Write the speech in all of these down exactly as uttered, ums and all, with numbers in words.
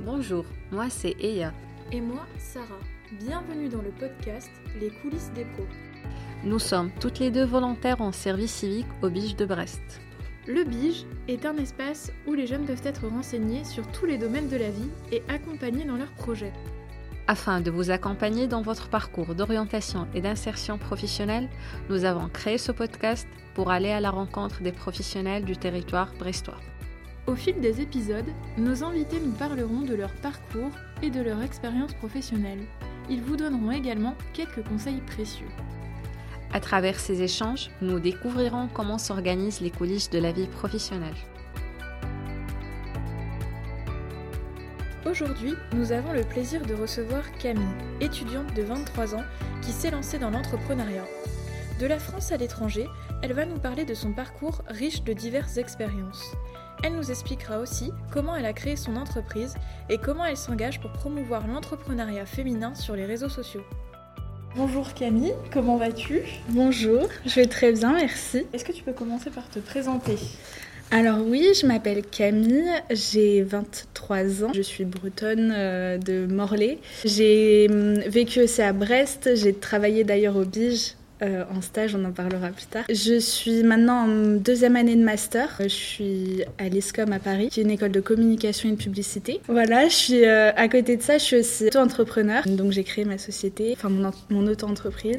Bonjour, moi c'est Eya. Et moi, Sarah. Bienvenue dans le podcast Les coulisses des pros. Nous sommes toutes les deux volontaires en service civique au B I J de Brest. Le B I J est un espace où les jeunes peuvent être renseignés sur tous les domaines de la vie et accompagnés dans leurs projets. Afin de vous accompagner dans votre parcours d'orientation et d'insertion professionnelle, nous avons créé ce podcast pour aller à la rencontre des professionnels du territoire brestois. Au fil des épisodes, nos invités nous parleront de leur parcours et de leur expérience professionnelle. Ils vous donneront également quelques conseils précieux. À travers ces échanges, nous découvrirons comment s'organisent les coulisses de la vie professionnelle. Aujourd'hui, nous avons le plaisir de recevoir Camille, étudiante de vingt-trois ans qui s'est lancée dans l'entrepreneuriat. De la France à l'étranger, elle va nous parler de son parcours riche de diverses expériences. Elle nous expliquera aussi comment elle a créé son entreprise et comment elle s'engage pour promouvoir l'entrepreneuriat féminin sur les réseaux sociaux. Bonjour Camille, comment vas-tu ? Bonjour, je vais très bien, merci. Est-ce que tu peux commencer par te présenter ? Alors oui, je m'appelle Camille, j'ai vingt-trois ans, je suis bretonne euh, de Morlaix. J'ai euh, vécu aussi à Brest, j'ai travaillé d'ailleurs au B I J. Euh, en stage, on en parlera plus tard. Je suis maintenant en deuxième année de master. Je suis à l'I S C O M à Paris, qui est une école de communication et de publicité. Voilà, je suis euh, à côté de ça, je suis aussi auto-entrepreneur. Donc j'ai créé ma société, enfin mon, mon auto-entreprise.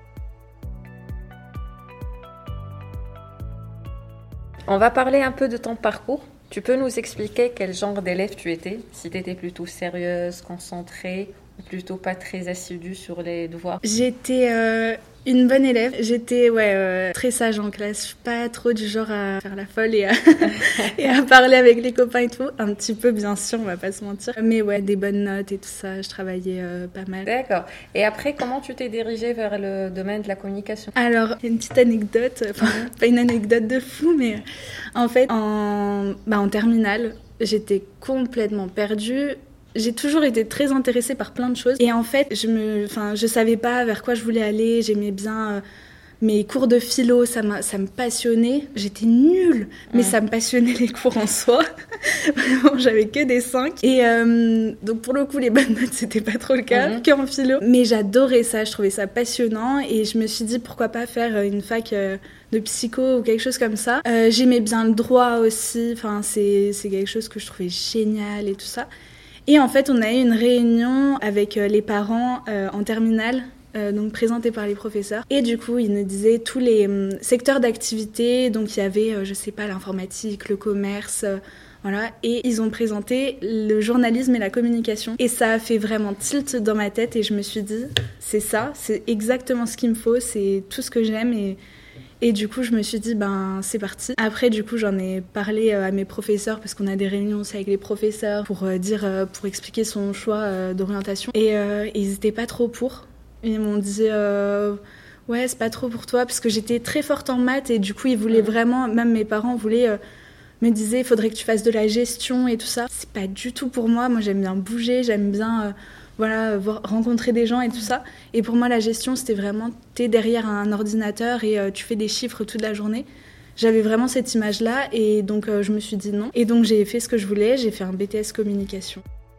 On va parler un peu de ton parcours. Tu peux nous expliquer quel genre d'élève tu étais ? Si tu étais plutôt sérieuse, concentrée, ou plutôt pas très assidue sur les devoirs ? J'étais euh, une bonne élève. J'étais ouais, euh, très sage en classe. Je suis pas trop du genre à faire la folle et à, et à parler avec les copains et tout. Un petit peu, bien sûr, on va pas se mentir. Mais ouais, des bonnes notes et tout ça, je travaillais euh, pas mal. D'accord. Et après, comment tu t'es dirigée vers le domaine de la communication ? Alors, une petite anecdote, enfin, pas une anecdote de fou, mais en fait, en, bah, en terminale, j'étais complètement perdue. J'ai toujours été très intéressée par plein de choses. Et en fait, je me, enfin, je savais pas vers quoi je voulais aller. J'aimais bien euh, mes cours de philo, ça, m'a, ça me passionnait. J'étais nulle, mais mmh. ça me passionnait les cours en soi. Vraiment, j'avais que des cinq. Et euh, donc, pour le coup, les bonnes notes, c'était pas trop le cas, mmh. qu'en philo. Mais j'adorais ça, je trouvais ça passionnant. Et je me suis dit, pourquoi pas faire une fac euh, de psycho ou quelque chose comme ça. Euh, j'aimais bien le droit aussi. Enfin, c'est, c'est quelque chose que je trouvais génial et tout ça. Et en fait, on a eu une réunion avec les parents euh, en terminale, euh, donc présentée par les professeurs. Et du coup, ils nous disaient tous les euh, secteurs d'activité. Donc, il y avait, euh, je sais pas, l'informatique, le commerce, euh, voilà. Et ils ont présenté le journalisme et la communication. Et ça a fait vraiment tilt dans ma tête. Et je me suis dit, c'est ça, c'est exactement ce qu'il me faut, c'est tout ce que j'aime. Et Et du coup, je me suis dit, ben, c'est parti. Après, du coup, j'en ai parlé à mes professeurs parce qu'on a des réunions aussi avec les professeurs pour euh, dire, euh, pour expliquer son choix euh, d'orientation. Et euh, ils n'étaient pas trop pour. Ils m'ont dit, euh, ouais, c'est pas trop pour toi parce que j'étais très forte en maths et du coup, ils voulaient vraiment, même mes parents voulaient, euh, me disaient, il faudrait que tu fasses de la gestion et tout ça. C'est pas du tout pour moi. Moi, j'aime bien bouger, j'aime bien... Euh, voilà, voir, rencontrer des gens et tout ça. Et pour moi, la gestion, c'était vraiment, t'es derrière un ordinateur et euh, tu fais des chiffres toute la journée. J'avais vraiment cette image-là et donc euh, je me suis dit non. Et donc j'ai fait ce que je voulais, j'ai fait un B T S communication.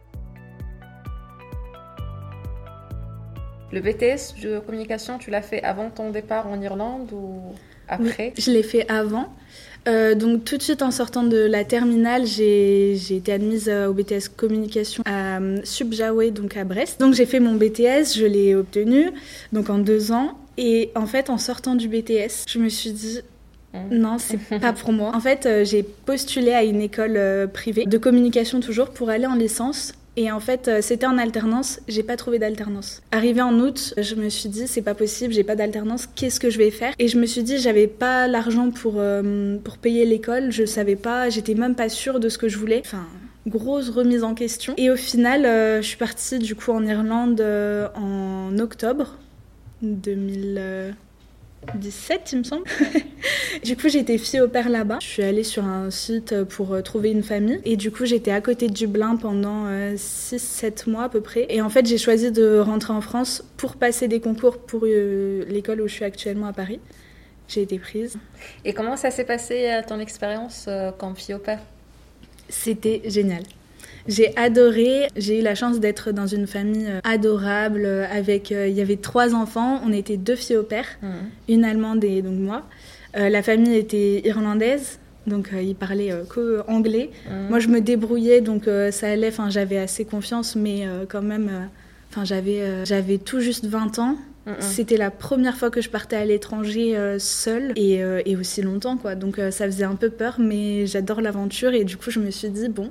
Le B T S de communication, tu l'as fait avant ton départ en Irlande ou après ? Oui, je l'ai fait avant. Euh, donc tout de suite en sortant de la terminale, j'ai, j'ai été admise au B T S communication à Subjaway, donc à Brest. Donc j'ai fait mon B T S, je l'ai obtenu, donc en deux ans. Et en fait, en sortant du B T S, je me suis dit, non, c'est pas pour moi. En fait, euh, j'ai postulé à une école euh, privée de communication toujours pour aller en licence. Et en fait, c'était en alternance, j'ai pas trouvé d'alternance. Arrivée en août, je me suis dit, c'est pas possible, j'ai pas d'alternance, qu'est-ce que je vais faire ? Et je me suis dit, j'avais pas l'argent pour, euh, pour payer l'école, je savais pas, j'étais même pas sûre de ce que je voulais. Enfin, grosse remise en question. Et au final, euh, je suis partie du coup en Irlande euh, en octobre deux mille dix-sept, il me semble. Du coup, j'étais fille au père là-bas. Je suis allée sur un site pour trouver une famille. Et du coup, j'étais à côté de Dublin pendant euh, six sept mois à peu près. Et en fait, j'ai choisi de rentrer en France pour passer des concours pour euh, l'école où je suis actuellement à Paris. J'ai été prise. Et comment ça s'est passé ton expérience euh, comme fille au père ? C'était génial. J'ai adoré. J'ai eu la chance d'être dans une famille adorable avec, euh, il y avait trois enfants. On était deux filles au père, mmh. une allemande et donc moi. Euh, la famille était irlandaise, donc euh, ils parlaient euh, que anglais. Mmh. Moi, je me débrouillais, donc euh, ça allait. Enfin, j'avais assez confiance, mais euh, quand même, enfin, euh, j'avais, euh, j'avais tout juste vingt ans. Mmh. C'était la première fois que je partais à l'étranger euh, seule et, euh, et aussi longtemps, quoi. Donc euh, ça faisait un peu peur, mais j'adore l'aventure et du coup, je me suis dit bon.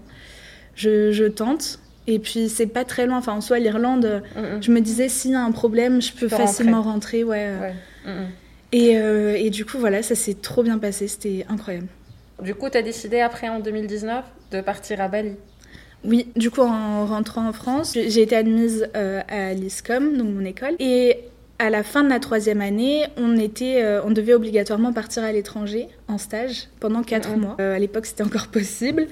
Je, je tente, et puis c'est pas très loin. Enfin, en soi, l'Irlande, mm-mm. je me disais, s'il y a un problème, je peux, peux facilement rentrer. rentrer ouais. ouais. Et, euh, et du coup, voilà, ça s'est trop bien passé, c'était incroyable. Du coup, tu as décidé après, en deux mille dix-neuf, de partir à Bali. Oui, du coup, en rentrant en France, j'ai été admise euh, à l'I S C O M, donc mon école, et à la fin de la troisième année, on, était, euh, on devait obligatoirement partir à l'étranger en stage pendant quatre mmh. mois. Euh, à l'époque, c'était encore possible.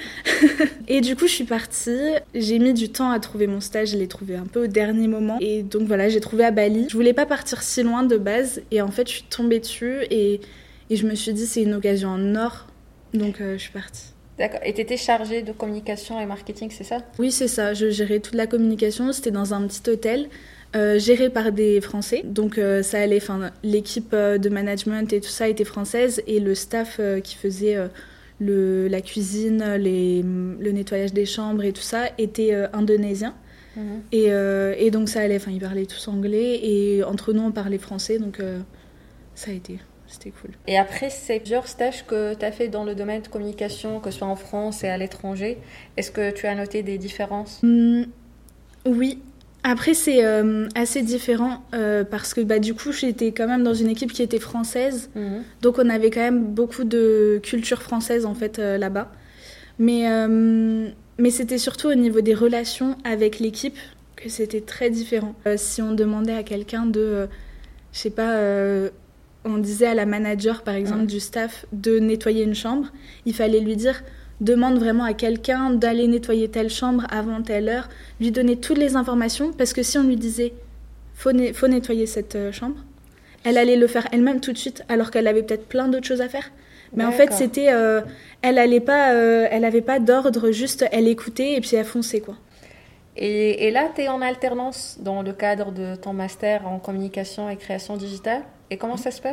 Et du coup, je suis partie. J'ai mis du temps à trouver mon stage. Je l'ai trouvé un peu au dernier moment. Et donc voilà, j'ai trouvé à Bali. Je voulais pas partir si loin de base. Et en fait, je suis tombée dessus et, et je me suis dit, c'est une occasion en or. Donc euh, je suis partie. D'accord. Et tu étais chargée de communication et marketing, c'est ça ? Oui, c'est ça. Je gérais toute la communication. C'était dans un petit hôtel. Euh, géré par des Français, donc euh, ça allait. Enfin, l'équipe euh, de management et tout ça était française et le staff euh, qui faisait euh, le, la cuisine, les, le nettoyage des chambres et tout ça était euh, indonésien. Mmh. Et, euh, et donc ça allait. Enfin, ils parlaient tous anglais et entre nous on parlait français, donc euh, ça a été. C'était cool. Et après ces plusieurs stages que tu as fait dans le domaine de communication, que ce soit en France et à l'étranger, est-ce que tu as noté des différences ? mmh, Oui. Après, c'est euh, assez différent euh, parce que bah, du coup, j'étais quand même dans une équipe qui était française. Mmh. Donc, on avait quand même beaucoup de culture française en fait euh, là-bas. Mais, euh, mais c'était surtout au niveau des relations avec l'équipe que c'était très différent. Euh, si on demandait à quelqu'un de, euh, je sais pas, euh, on disait à la manager par exemple mmh. du staff de nettoyer une chambre, il fallait lui dire... demande vraiment à quelqu'un d'aller nettoyer telle chambre avant telle heure, lui donner toutes les informations, parce que si on lui disait faut, ne- faut nettoyer cette euh, chambre, elle allait le faire elle-même tout de suite, alors qu'elle avait peut-être plein d'autres choses à faire. Mais D'accord. en fait, c'était, euh, elle allait pas, euh, elle avait pas d'ordre, juste elle écoutait et puis elle fonçait, quoi. Et, et là, tu es en alternance dans le cadre de ton master en communication et création digitale. Et comment ça se passe ?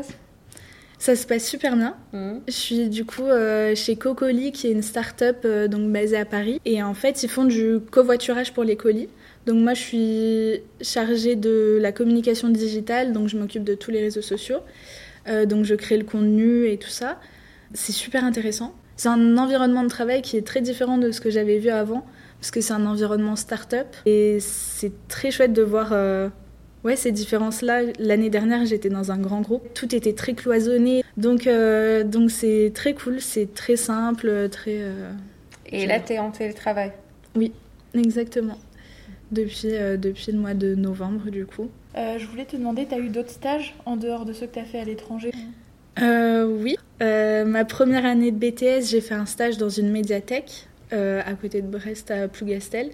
Ça se passe super bien. Mmh. Je suis du coup euh, chez Cocoli, qui est une start-up euh, donc basée à Paris. Et en fait, ils font du covoiturage pour les colis. Donc moi, je suis chargée de la communication digitale, donc je m'occupe de tous les réseaux sociaux. Euh, donc je crée le contenu et tout ça. C'est super intéressant. C'est un environnement de travail qui est très différent de ce que j'avais vu avant, parce que c'est un environnement start-up. Et c'est très chouette de voir... Euh, Ouais, ces différences-là, l'année dernière, j'étais dans un grand groupe. Tout était très cloisonné. Donc, euh, donc c'est très cool, c'est très simple, très... Euh, Et là, tu es en télétravail ? Oui, exactement. Depuis, euh, depuis le mois de novembre, du coup. Euh, je voulais te demander, tu as eu d'autres stages en dehors de ceux que tu as fait à l'étranger ? euh, Oui. Euh, ma première année de B T S, j'ai fait un stage dans une médiathèque, euh, à côté de Brest, à Plougastel,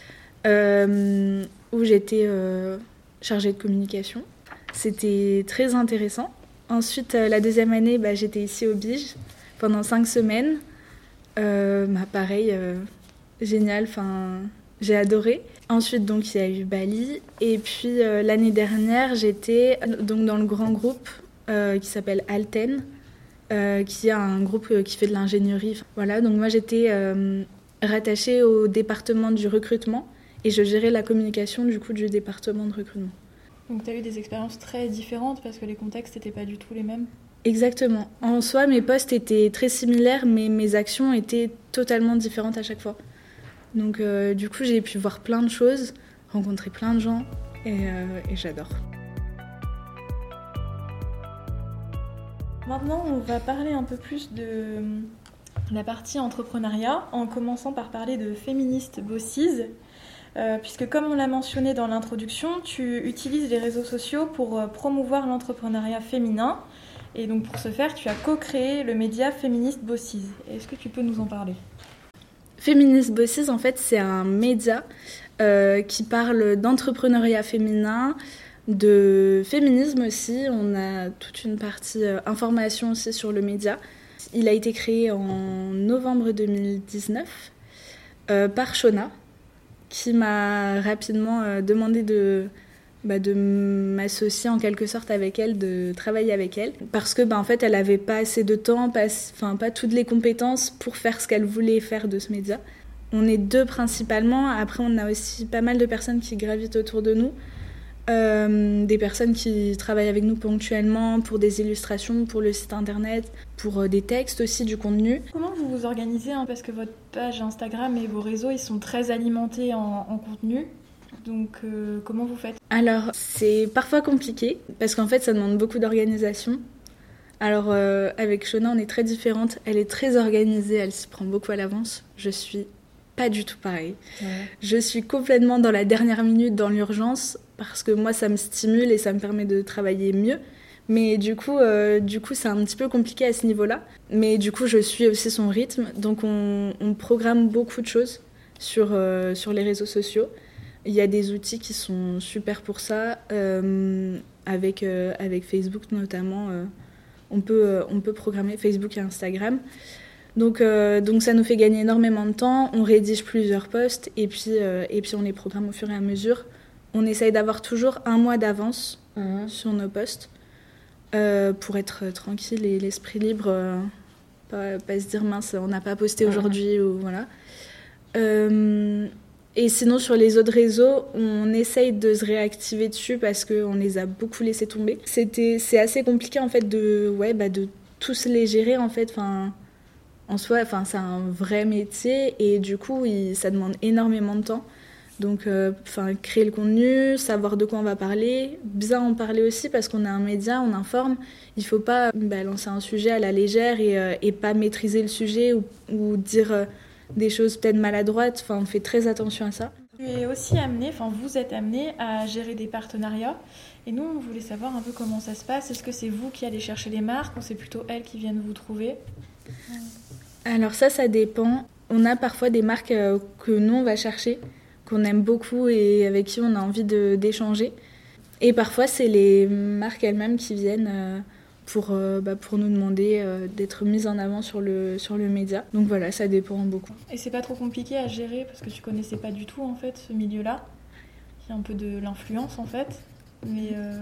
euh, où j'étais... Euh, chargée de communication. C'était très intéressant. Ensuite, euh, la deuxième année, bah, j'étais ici au Bige pendant cinq semaines. Euh, bah, pareil, euh, génial, j'ai adoré. Ensuite, donc, il y a eu Bali. Et puis, euh, l'année dernière, j'étais donc, dans le grand groupe euh, qui s'appelle Alten, euh, qui est un groupe euh, qui fait de l'ingénierie. Voilà, donc moi, j'étais euh, rattachée au département du recrutement. Et je gérais la communication du coup du département de recrutement. Donc tu as eu des expériences très différentes parce que les contextes n'étaient pas du tout les mêmes ? Exactement. En soi, mes postes étaient très similaires, mais mes actions étaient totalement différentes à chaque fois. Donc euh, du coup, j'ai pu voir plein de choses, rencontrer plein de gens, et, euh, et j'adore. Maintenant, on va parler un peu plus de la partie entrepreneuriat, en commençant par parler de Feminist Bosses. Euh, puisque comme on l'a mentionné dans l'introduction, tu utilises les réseaux sociaux pour euh, promouvoir l'entrepreneuriat féminin. Et donc pour ce faire, tu as co-créé le média Feminist Bosses. Est-ce que tu peux nous en parler ? Feminist Bosses, en fait, c'est un média euh, qui parle d'entrepreneuriat féminin, de féminisme aussi. On a toute une partie euh, information aussi sur le média. Il a été créé en novembre deux mille dix-neuf euh, par Shona. qui m'a rapidement euh, demandé de, bah, de m'associer en quelque sorte avec elle, de travailler avec elle. Parce que bah, en fait, elle n'avait pas assez de temps, pas, enfin, pas toutes les compétences pour faire ce qu'elle voulait faire de ce média. On est deux principalement. Après, on a aussi pas mal de personnes qui gravitent autour de nous. Euh, des personnes qui travaillent avec nous ponctuellement pour des illustrations, pour le site internet, pour euh, des textes aussi, du contenu. Comment vous vous organisez hein, parce que votre page Instagram et vos réseaux, ils sont très alimentés en, en contenu. Donc, euh, comment vous faites ? Alors, c'est parfois compliqué, parce qu'en fait, ça demande beaucoup d'organisation. Alors, euh, avec Shona, on est très différentes. Elle est très organisée, elle s'y prend beaucoup à l'avance. Je suis pas du tout pareil. Ouais. Je suis complètement dans la dernière minute, dans l'urgence, parce que moi, ça me stimule et ça me permet de travailler mieux. Mais du coup, euh, du coup, c'est un petit peu compliqué à ce niveau-là. Mais du coup, je suis aussi son rythme. Donc, on, on programme beaucoup de choses sur, euh, sur les réseaux sociaux. Il y a des outils qui sont super pour ça. Euh, avec, euh, avec Facebook, notamment, euh, on peut, euh, on peut programmer Facebook et Instagram. Donc, euh, donc ça nous fait gagner énormément de temps, on rédige plusieurs posts et puis, euh, et puis on les programme au fur et à mesure. On essaye d'avoir toujours un mois d'avance mmh. sur nos posts euh, pour être tranquille et l'esprit libre, euh, pas, pas se dire mince, on n'a pas posté mmh. aujourd'hui ou voilà. Euh, et sinon sur les autres réseaux, on essaye de se réactiver dessus parce qu'on les a beaucoup laissés tomber. C'était, c'est assez compliqué en fait de, ouais, bah, de tous les gérer en fait, enfin... En soi, enfin, c'est un vrai métier et du coup, il, ça demande énormément de temps. Donc, euh, enfin, créer le contenu, savoir de quoi on va parler, bien en parler aussi parce qu'on est un média, on informe. Il ne faut pas bah, lancer un sujet à la légère et, euh, et pas maîtriser le sujet ou, ou dire euh, des choses peut-être maladroites. Enfin, on fait très attention à ça. Tu es aussi amené, enfin, vous êtes amené à gérer des partenariats. Et nous, on voulait savoir un peu comment ça se passe. Est-ce que c'est vous qui allez chercher les marques ou c'est plutôt elles qui viennent vous trouver ? Alors ça, ça dépend. On a parfois des marques euh, que nous, on va chercher, qu'on aime beaucoup et avec qui on a envie de, d'échanger. Et parfois, c'est les marques elles-mêmes qui viennent euh, pour, euh, bah, pour nous demander euh, d'être mises en avant sur le, sur le média. Donc voilà, ça dépend beaucoup. Et c'est pas trop compliqué à gérer parce que tu connaissais pas du tout en fait ce milieu-là. Il y a un peu de l'influence en fait, mais euh,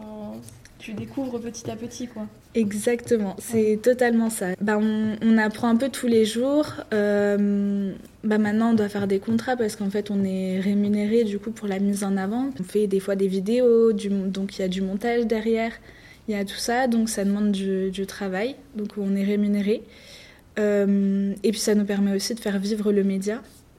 tu découvres petit à petit quoi. Exactement, c'est ouais. totalement ça. Bah, on, on apprend un peu tous les jours. Euh, bah, maintenant, on doit faire des contrats parce qu'en fait, on est rémunéré du coup pour la mise en avant. On fait des fois des vidéos, du, donc il y a du montage derrière, il y a tout ça, donc ça demande du, du travail. Donc on est rémunéré. Euh, et puis ça nous permet aussi de faire vivre le média,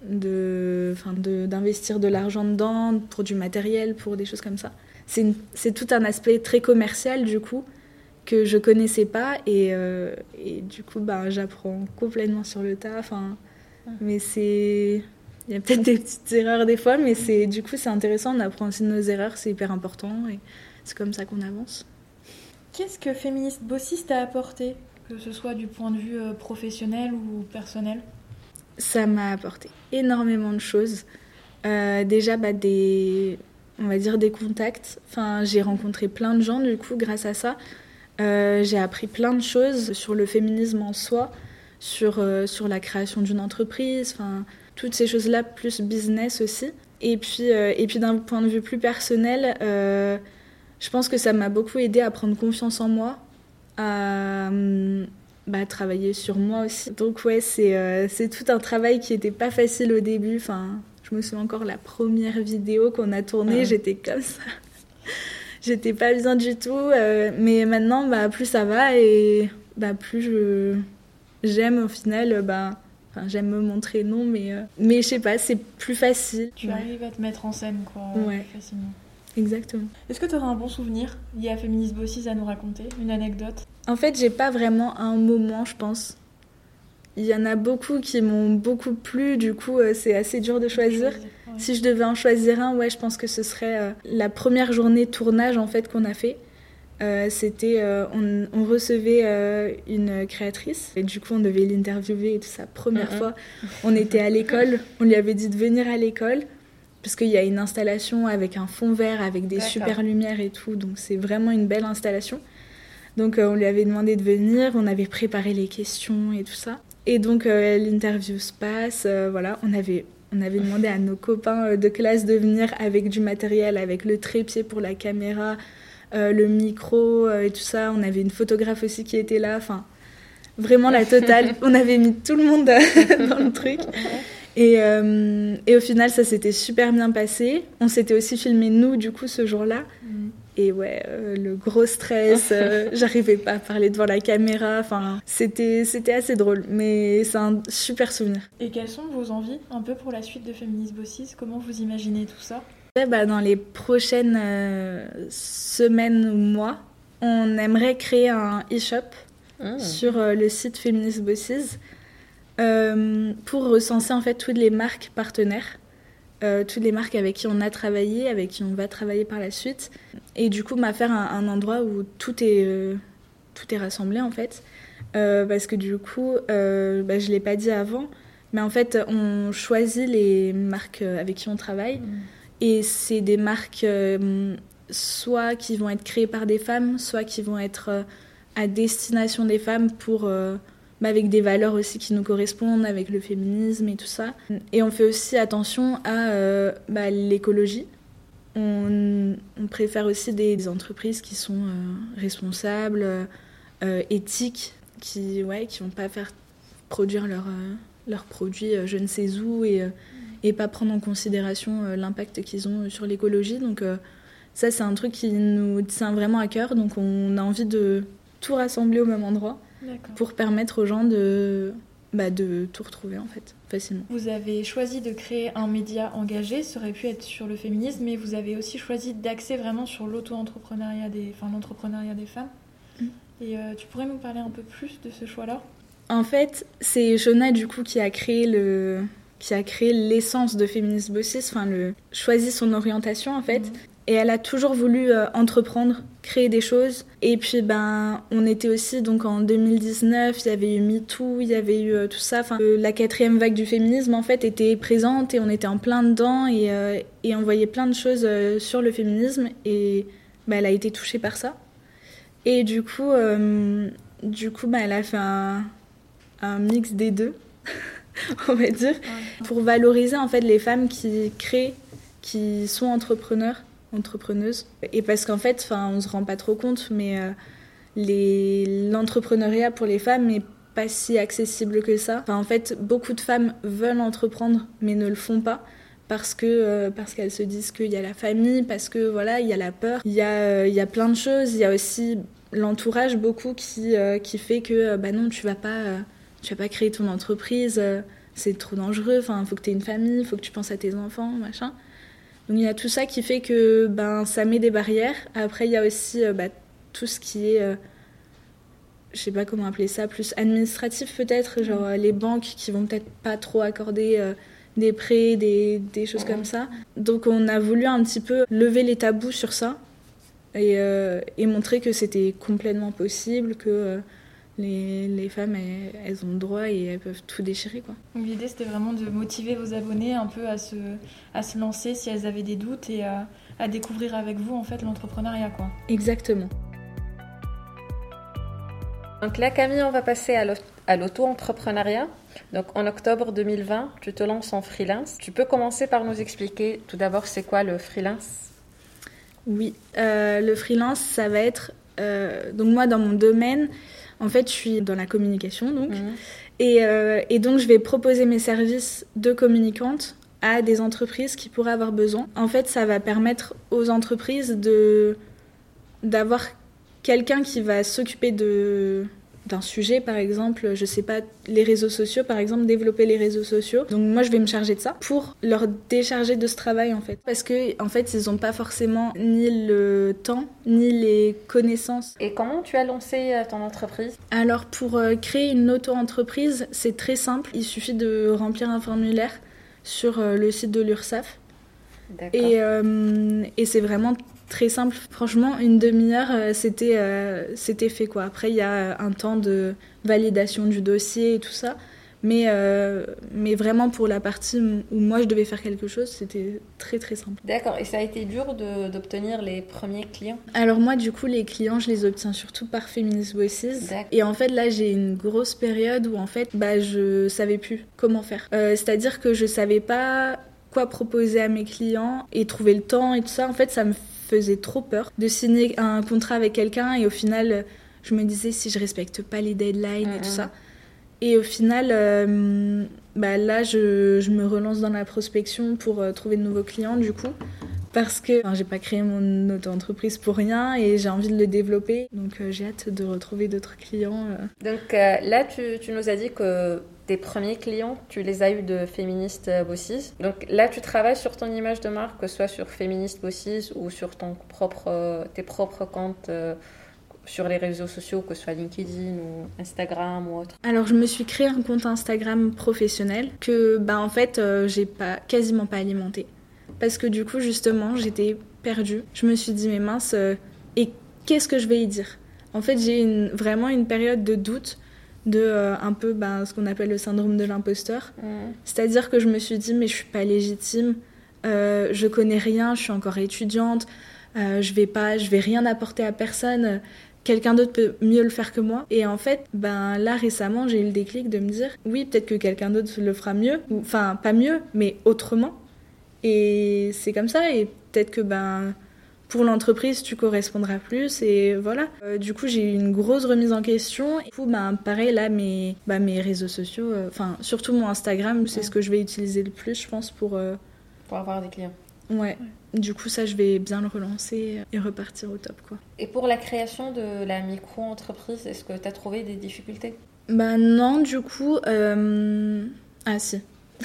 de, enfin de, d'investir de l'argent dedans pour du matériel, pour des choses comme ça. C'est, une, c'est tout un aspect très commercial du coup, que je connaissais pas et, euh, et du coup bah, j'apprends complètement sur le tas enfin, mais c'est il y a peut-être des petites erreurs des fois mais c'est, du coup c'est intéressant, on apprend aussi de nos erreurs, c'est hyper important et c'est comme ça qu'on avance. Qu'est-ce que Féministe Bossiste t'a apporté, que ce soit du point de vue professionnel ou personnel ? Ça m'a apporté énormément de choses, euh, déjà bah, des, on va dire des contacts, enfin, j'ai rencontré plein de gens du coup grâce à ça. Euh, j'ai appris plein de choses sur le féminisme en soi, sur, euh, sur la création d'une entreprise, enfin, toutes ces choses-là, plus business aussi. Et puis, euh, et puis d'un point de vue plus personnel, euh, je pense que ça m'a beaucoup aidé à prendre confiance en moi, à bah, travailler sur moi aussi. Donc ouais, c'est, euh, c'est tout un travail qui n'était pas facile au début. Enfin, je me souviens encore la première vidéo qu'on a tournée, ah. J'étais comme ça. J'étais pas bien du tout, euh, mais maintenant, bah, plus ça va et bah, plus je, j'aime au final, bah, enfin, j'aime me montrer, non, mais, euh, mais je sais pas, c'est plus facile. Tu ouais. arrives à te mettre en scène, quoi, ouais. facilement. Exactement. Est-ce que tu auras un bon souvenir lié à Féministe Bossiste à nous raconter, une anecdote ? En fait, j'ai pas vraiment un moment, je pense. Il y en a beaucoup qui m'ont beaucoup plu, du coup, euh, c'est assez dur de choisir. choisir ouais. Si je devais en choisir un, ouais, je pense que ce serait euh, la première journée de tournage en fait, qu'on a fait. Euh, c'était, euh, on, on recevait euh, une créatrice, et du coup, on devait l'interviewer et tout ça. Première mm-hmm. fois, on était à l'école, on lui avait dit de venir à l'école, parce qu'il y a une installation avec un fond vert, avec des D'accord. super lumières et tout, donc c'est vraiment une belle installation. Donc, euh, on lui avait demandé de venir, on avait préparé les questions et tout ça. Et donc euh, l'interview se passe, euh, voilà, on avait, on avait demandé à nos copains de classe de venir avec du matériel, avec le trépied pour la caméra, euh, le micro euh, et tout ça. On avait une photographe aussi qui était là, enfin vraiment la totale. On avait mis tout le monde dans le truc. Et, euh, et au final, ça s'était super bien passé. On s'était aussi filmé nous, du coup, ce jour-là. Mmh. Et ouais, euh, le gros stress, euh, j'arrivais pas à parler devant la caméra. Enfin, c'était, c'était assez drôle, mais c'est un super souvenir. Et quelles sont vos envies, un peu pour la suite de Feminist Bosses? Comment vous imaginez tout ça? Ouais, bah, dans les prochaines euh, semaines ou mois, on aimerait créer un e-shop mmh. sur euh, le site Feminist Bosses. Euh, pour recenser en fait toutes les marques partenaires, euh, toutes les marques avec qui on a travaillé, avec qui on va travailler par la suite, et du coup bah, faire un, un endroit où tout est, euh, tout est rassemblé en fait, euh, parce que du coup, euh, bah, je ne l'ai pas dit avant, mais en fait on choisit les marques avec qui on travaille, mmh. et c'est des marques euh, soit qui vont être créées par des femmes, soit qui vont être euh, à destination des femmes pour... Euh, avec des valeurs aussi qui nous correspondent, avec le féminisme et tout ça. Et on fait aussi attention à euh, bah, l'écologie. On, on préfère aussi des, des entreprises qui sont euh, responsables, euh, éthiques, qui ne ouais, qui vont pas faire produire leurs euh, leur produits euh, je ne sais où et, euh, et pas prendre en considération euh, l'impact qu'ils ont sur l'écologie. Donc euh, ça, c'est un truc qui nous tient vraiment à cœur. Donc on a envie de tout rassembler au même endroit. D'accord. Pour permettre aux gens de, bah, de tout retrouver en fait, facilement. Vous avez choisi de créer un média engagé, ça aurait pu être sur le féminisme, mais vous avez aussi choisi d'axer vraiment sur l'auto-entrepreneuriat des, enfin, l'entrepreneuriat des femmes. Mmh. Et euh, tu pourrais nous parler un peu plus de ce choix-là? En fait, c'est Shona du coup qui a créé le... qui a créé l'essence de Feminist Bosses, enfin le choisi son orientation en fait. Mmh. Et elle a toujours voulu euh, entreprendre, créer des choses. Et puis, ben, on était aussi, donc en deux mille dix-neuf, il y avait eu MeToo, il y avait eu euh, tout ça. Enfin, euh, la quatrième vague du féminisme, en fait, était présente et on était en plein dedans et, euh, et on voyait plein de choses euh, sur le féminisme. Et ben, elle a été touchée par ça. Et du coup, euh, du coup ben, elle a fait un, un mix des deux, on va dire, ouais. Pour valoriser, en fait, les femmes qui créent, qui sont entrepreneurs. entrepreneuse. Et parce qu'en fait, on ne se rend pas trop compte, mais euh, les... l'entrepreneuriat pour les femmes n'est pas si accessible que ça. Enfin, en fait, beaucoup de femmes veulent entreprendre, mais ne le font pas parce, que, euh, parce qu'elles se disent qu'il y a la famille, parce que voilà, il y a la peur, il y a, euh, il y a plein de choses. Il y a aussi l'entourage, beaucoup, qui, euh, qui fait que euh, bah non, tu ne vas, euh, vas pas créer ton entreprise, euh, c'est trop dangereux, il faut que tu aies une famille, il faut que tu penses à tes enfants, machin. Donc il y a tout ça qui fait que ben, ça met des barrières. Après, il y a aussi euh, bah, tout ce qui est, euh, je sais pas comment appeler ça, plus administratif peut-être, mmh. genre euh, les banques qui vont peut-être pas trop accorder euh, des prêts, des, des choses mmh. comme ça. Donc on a voulu un petit peu lever les tabous sur ça et, euh, et montrer que c'était complètement possible, que... Euh, Les, les femmes, elles, elles ont le droit et elles peuvent tout déchirer, quoi. Donc l'idée, c'était vraiment de motiver vos abonnés un peu à se, à se lancer si elles avaient des doutes et à, à découvrir avec vous, en fait, l'entrepreneuriat, quoi. Exactement. Donc là, Camille, on va passer à l'auto-entrepreneuriat. Donc en octobre deux mille vingt, tu te lances en freelance. Tu peux commencer par nous expliquer tout d'abord c'est quoi le freelance? Oui, euh, le freelance, ça va être... Euh, donc moi, dans mon domaine... En fait, je suis dans la communication, donc. Mmh. Et, euh, et donc, je vais proposer mes services de communicante à des entreprises qui pourraient avoir besoin. En fait, ça va permettre aux entreprises de, d'avoir quelqu'un qui va s'occuper de, d'un sujet, par exemple, je sais pas, les réseaux sociaux, par exemple, développer les réseaux sociaux. Donc moi, je vais me charger de ça pour leur décharger de ce travail, en fait. Parce que, en fait, ils n'ont pas forcément ni le temps, ni les connaissances. Et comment tu as lancé ton entreprise? Alors, pour euh, créer une auto-entreprise, c'est très simple. Il suffit de remplir un formulaire sur euh, le site de l'URSSAF. D'accord. Et, euh, et c'est vraiment très simple. Franchement, une demi-heure, euh, c'était, euh, c'était fait, quoi. Après, il y a un temps de validation du dossier et tout ça. Mais, euh, mais vraiment pour la partie où moi je devais faire quelque chose, c'était très très simple. D'accord, et ça a été dur de, d'obtenir les premiers clients? Alors moi du coup les clients je les obtiens surtout par Feminist Bosses. D'accord. Et en fait là j'ai une grosse période où en fait bah, je savais plus comment faire. Euh, c'est-à-dire que je savais pas quoi proposer à mes clients et trouver le temps et tout ça. En fait ça me faisait trop peur de signer un contrat avec quelqu'un et au final je me disais si je respecte pas les deadlines mmh. et tout ça. Et au final, euh, bah là, je, je me relance dans la prospection pour euh, trouver de nouveaux clients, du coup. Parce que enfin, j'ai pas créé mon auto-entreprise pour rien et j'ai envie de le développer. Donc euh, j'ai hâte de retrouver d'autres clients. Euh. Donc euh, là, tu, tu nous as dit que tes premiers clients, tu les as eus de Feminist Bosses. Donc là, tu travailles sur ton image de marque, que ce soit sur Feminist Bosses ou sur ton propre, euh, tes propres comptes euh, sur les réseaux sociaux, que ce soit LinkedIn ou Instagram ou autre. Alors je me suis créé un compte Instagram professionnel que bah en fait euh, j'ai pas quasiment pas alimenté parce que du coup justement j'étais perdue. Je me suis dit mais mince euh, et qu'est-ce que je vais y dire? En fait j'ai une, vraiment une période de doute de euh, un peu bah, ce qu'on appelle le syndrome de l'imposteur. Mmh. C'est-à-dire que je me suis dit mais je suis pas légitime, euh, je connais rien, je suis encore étudiante, euh, je vais pas, je vais rien apporter à personne. Quelqu'un d'autre peut mieux le faire que moi. Et en fait, ben là récemment, j'ai eu le déclic de me dire oui, peut-être que quelqu'un d'autre le fera mieux, ou enfin pas mieux, mais autrement. Et c'est comme ça. Et peut-être que ben pour l'entreprise, tu correspondras plus. Et voilà. Euh, du coup, j'ai eu une grosse remise en question. Et du coup, ben pareil là, mes ben, mes réseaux sociaux, enfin euh, surtout mon Instagram, c'est ouais. ce que je vais utiliser le plus, je pense, pour euh... pour avoir des clients. Ouais. ouais. Du coup, ça, je vais bien le relancer et repartir au top, quoi. Et pour la création de la micro-entreprise, est-ce que tu as trouvé des difficultés? Bah non, du coup... Euh... Ah si.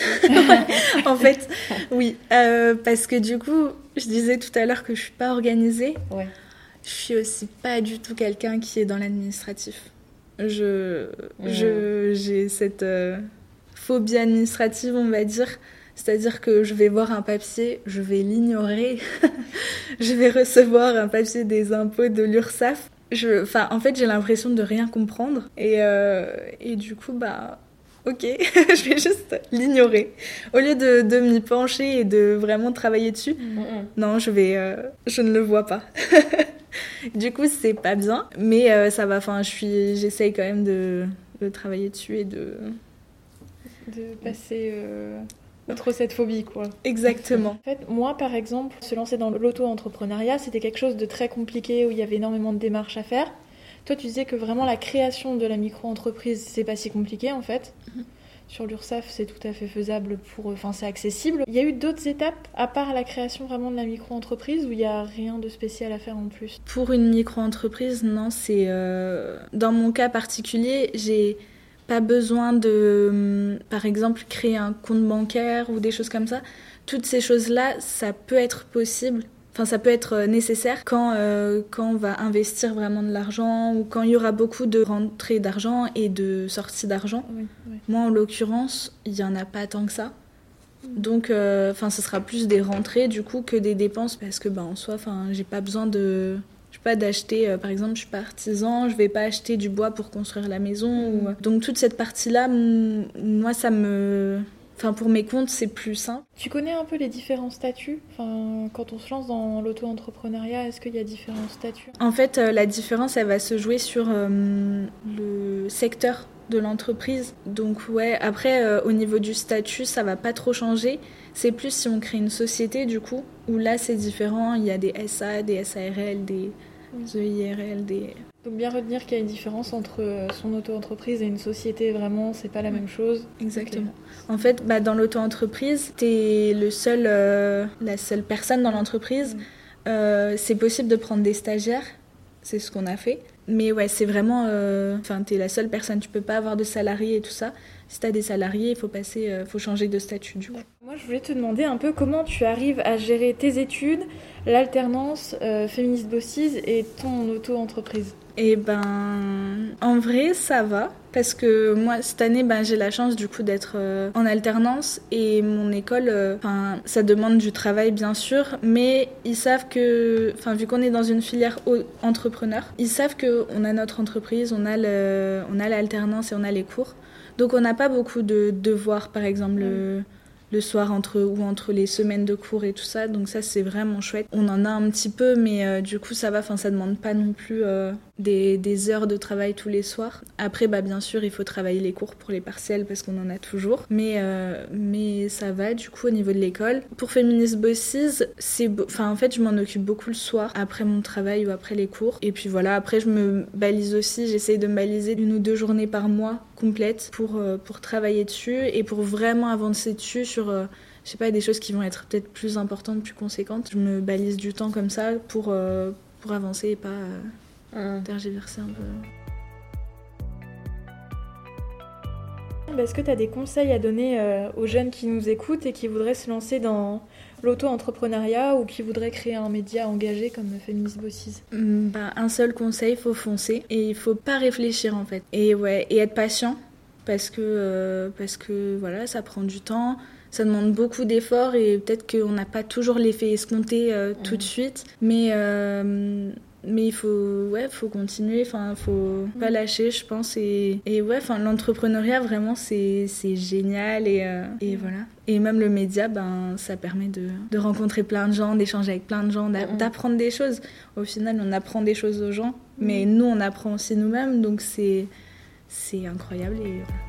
En fait, oui. Euh, parce que du coup, je disais tout à l'heure que je suis pas organisée. Ouais. Je suis aussi pas du tout quelqu'un qui est dans l'administratif. Je, mmh. je, j'ai cette euh, phobie administrative, on va dire. C'est-à-dire que je vais voir un papier, je vais l'ignorer. Je vais recevoir un papier des impôts de l'URSSAF. Je, enfin, en fait, j'ai l'impression de rien comprendre. Et, euh, et du coup, bah, ok, je vais juste l'ignorer. Au lieu de, de m'y pencher et de vraiment travailler dessus, mm-hmm. non, je vais, euh, je ne le vois pas. Du coup, c'est pas bien, mais euh, ça va. Enfin, je suis, j'essaye quand même de, de travailler dessus et de de passer. Euh... Trop cette phobie, quoi. Exactement. En fait, moi, par exemple, se lancer dans l'auto-entrepreneuriat, c'était quelque chose de très compliqué où il y avait énormément de démarches à faire. Toi, tu disais que vraiment la création de la micro-entreprise, c'est pas si compliqué, en fait. Mm-hmm. Sur l'URSSAF, c'est tout à fait faisable, pour, enfin, c'est accessible. Il y a eu d'autres étapes, à part la création vraiment de la micro-entreprise, où il n'y a rien de spécial à faire en plus? Pour une micro-entreprise, non, c'est... Euh... Dans mon cas particulier, j'ai... pas besoin de, par exemple, créer un compte bancaire ou des choses comme ça. Toutes ces choses-là, ça peut être possible, enfin ça peut être nécessaire quand, euh, quand on va investir vraiment de l'argent ou quand il y aura beaucoup de rentrées d'argent et de sorties d'argent. Oui, oui. Moi, en l'occurrence, il n'y en a pas tant que ça. Donc, euh, ce sera plus des rentrées du coup que des dépenses parce que, ben, en soi, j'ai pas besoin de... pas d'acheter, euh, par exemple, je suis pas artisan, je vais pas acheter du bois pour construire la maison. Mmh. Ou... Donc toute cette partie-là, m- moi, ça me... Enfin, pour mes comptes, c'est plus simple. Tu connais un peu les différents statuts? Enfin, quand on se lance dans l'auto-entrepreneuriat, est-ce qu'il y a différents statuts? En fait, euh, la différence, elle va se jouer sur euh, le secteur de l'entreprise. Donc ouais, après, euh, au niveau du statut, ça va pas trop changer. C'est plus si on crée une société, du coup, où là, c'est différent. Il y a des S A, des S A R L, des E I R L, des... Donc bien retenir qu'il y a une différence entre son auto-entreprise et une société, vraiment, c'est pas la même chose. Exactement. Okay. En fait, bah, dans l'auto-entreprise, t'es le seul, euh, la seule personne dans l'entreprise. Mm. Euh, c'est possible de prendre des stagiaires, c'est ce qu'on a fait. Mais ouais, c'est vraiment... Enfin, euh, t'es la seule personne, tu peux pas avoir de salariés et tout ça. Si t'as des salariés, il faut passer, euh, faut changer de statut, du coup. Moi, je voulais te demander un peu comment tu arrives à gérer tes études, l'alternance, euh, Feminist Bosses et ton auto-entreprise. Eh ben, en vrai, ça va. Parce que moi, cette année, ben, j'ai la chance du coup d'être euh, en alternance. Et mon école, euh, ça demande du travail, bien sûr. Mais ils savent que, vu qu'on est dans une filière entrepreneur, ils savent qu'on a notre entreprise, on a, le, on a l'alternance et on a les cours. Donc on n'a pas beaucoup de devoirs, par exemple, le, le soir entre, ou entre les semaines de cours et tout ça. Donc ça, c'est vraiment chouette. On en a un petit peu, mais euh, du coup, ça va. Enfin, ça demande pas non plus euh, des, des heures de travail tous les soirs. Après, bah, bien sûr, il faut travailler les cours pour les partiels parce qu'on en a toujours. Mais, euh, mais ça va, du coup, au niveau de l'école. Pour Feminist Bosses, c'est beau... enfin, en fait, je m'en occupe beaucoup le soir, après mon travail ou après les cours. Et puis voilà, après, je me balise aussi. J'essaye de me baliser une ou deux journées par mois complètes pour, euh, pour travailler dessus et pour vraiment avancer dessus sur... Euh, je sais pas, des choses qui vont être peut-être plus importantes, plus conséquentes. Je me balise du temps comme ça pour, euh, pour avancer et pas euh, mmh. tergiverser un peu. Est-ce que tu as des conseils à donner euh, aux jeunes qui nous écoutent et qui voudraient se lancer dans l'auto-entrepreneuriat ou qui voudraient créer un média engagé comme Feminist Bosses? mmh, bah, Un seul conseil, il faut foncer et il faut pas réfléchir en fait. Et, ouais, et être patient parce que, euh, parce que voilà, ça prend du temps. Ça demande beaucoup d'efforts et peut-être qu'on n'a pas toujours l'effet escompté euh, tout mmh. de suite. Mais, euh, mais il faut, ouais, faut continuer, il ne faut mmh. pas lâcher, je pense. Et, et ouais, l'entrepreneuriat, vraiment, c'est, c'est génial. Et, euh, et voilà. Et même le média, ben, ça permet de, de rencontrer plein de gens, d'échanger avec plein de gens, d'a- mmh. d'apprendre des choses. Au final, on apprend des choses aux gens, mmh. mais nous, on apprend aussi nous-mêmes. Donc c'est, c'est incroyable. Et voilà.